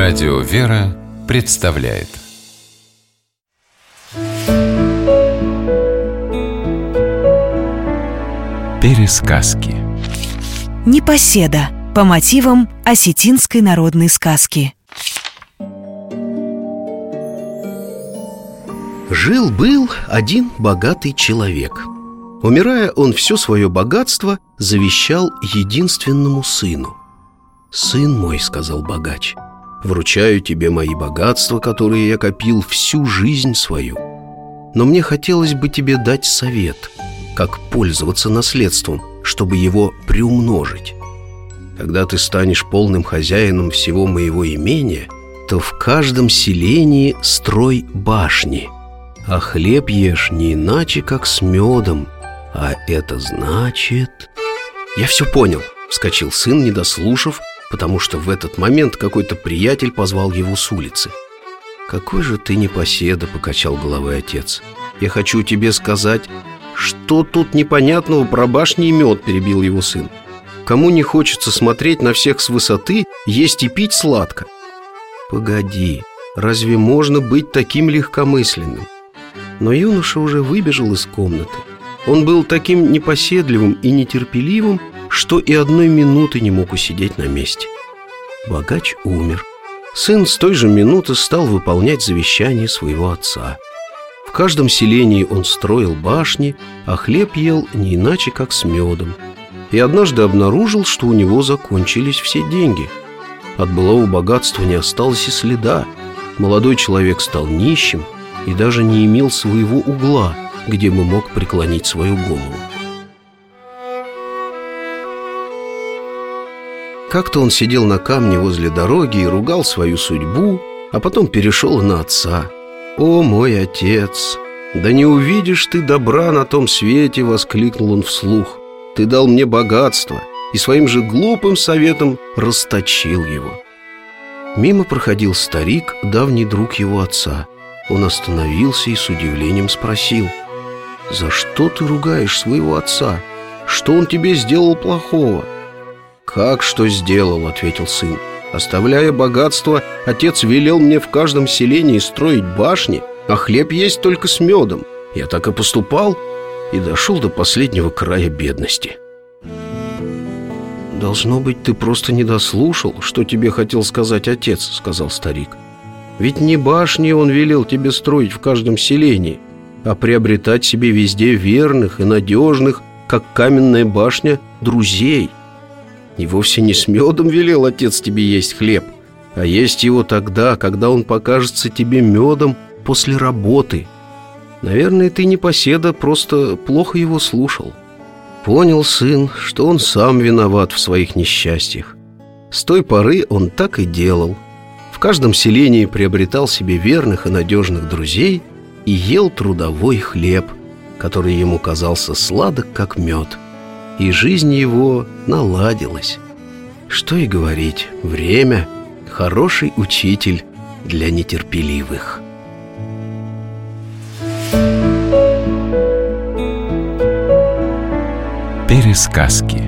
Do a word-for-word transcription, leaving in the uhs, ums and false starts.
Радио «Вера» представляет Пересказки. Непоседа по мотивам осетинской народной сказки. Жил-был один богатый человек. Умирая, он все свое богатство завещал единственному сыну. «Сын мой, — сказал богач, — вручаю тебе мои богатства, которые я копил всю жизнь свою. Но мне хотелось бы тебе дать совет, как пользоваться наследством, чтобы его приумножить. Когда ты станешь полным хозяином всего моего имения, то в каждом селении строй башни, а хлеб ешь не иначе, как с медом. А это значит...» «Я все понял», — вскочил сын, не дослушав, потому что в этот момент какой-то приятель позвал его с улицы. «Какой же ты непоседа», — покачал головой отец. «Я хочу тебе сказать...» «Что тут непонятного про башни и мед?» — перебил его сын. «Кому не хочется смотреть на всех с высоты, есть и пить сладко?» «Погоди, разве можно быть таким легкомысленным?» Но юноша уже выбежал из комнаты. Он был таким непоседливым и нетерпеливым, что и одной минуты не мог усидеть на месте. Богач умер. Сын с той же минуты стал выполнять завещание своего отца. В каждом селении он строил башни, а хлеб ел не иначе, как с медом. И однажды обнаружил, что у него закончились все деньги. От былого богатства не осталось и следа. Молодой человек стал нищим и даже не имел своего угла, где бы мог преклонить свою голову. Как-то он сидел на камне возле дороги и ругал свою судьбу, а потом перешел на отца. «О, мой отец, да не увидишь ты добра на том свете!» — воскликнул он вслух. «Ты дал мне богатство и своим же глупым советом расточил его». Мимо проходил старик, давний друг его отца. Он остановился и с удивлением спросил: «За что ты ругаешь своего отца? Что он тебе сделал плохого?» «Как что сделал?» — ответил сын. «Оставляя богатство, отец велел мне в каждом селении строить башни, а хлеб есть только с медом. Я так и поступал и дошел до последнего края бедности». «Должно быть, ты просто не дослушал, что тебе хотел сказать отец», — сказал старик. «Ведь не башни он велел тебе строить в каждом селении, а приобретать себе везде верных и надежных, как каменная башня, друзей. И вовсе не с медом велел отец тебе есть хлеб, а есть его тогда, когда он покажется тебе медом после работы. Наверное, ты, непоседа, просто плохо его слушал». Понял сын, что он сам виноват в своих несчастьях. С той поры он так и делал. В каждом селении приобретал себе верных и надежных друзей и ел трудовой хлеб, который ему казался сладок, как мед. И жизнь его наладилась. Что и говорить, время — хороший учитель для нетерпеливых. Пересказки.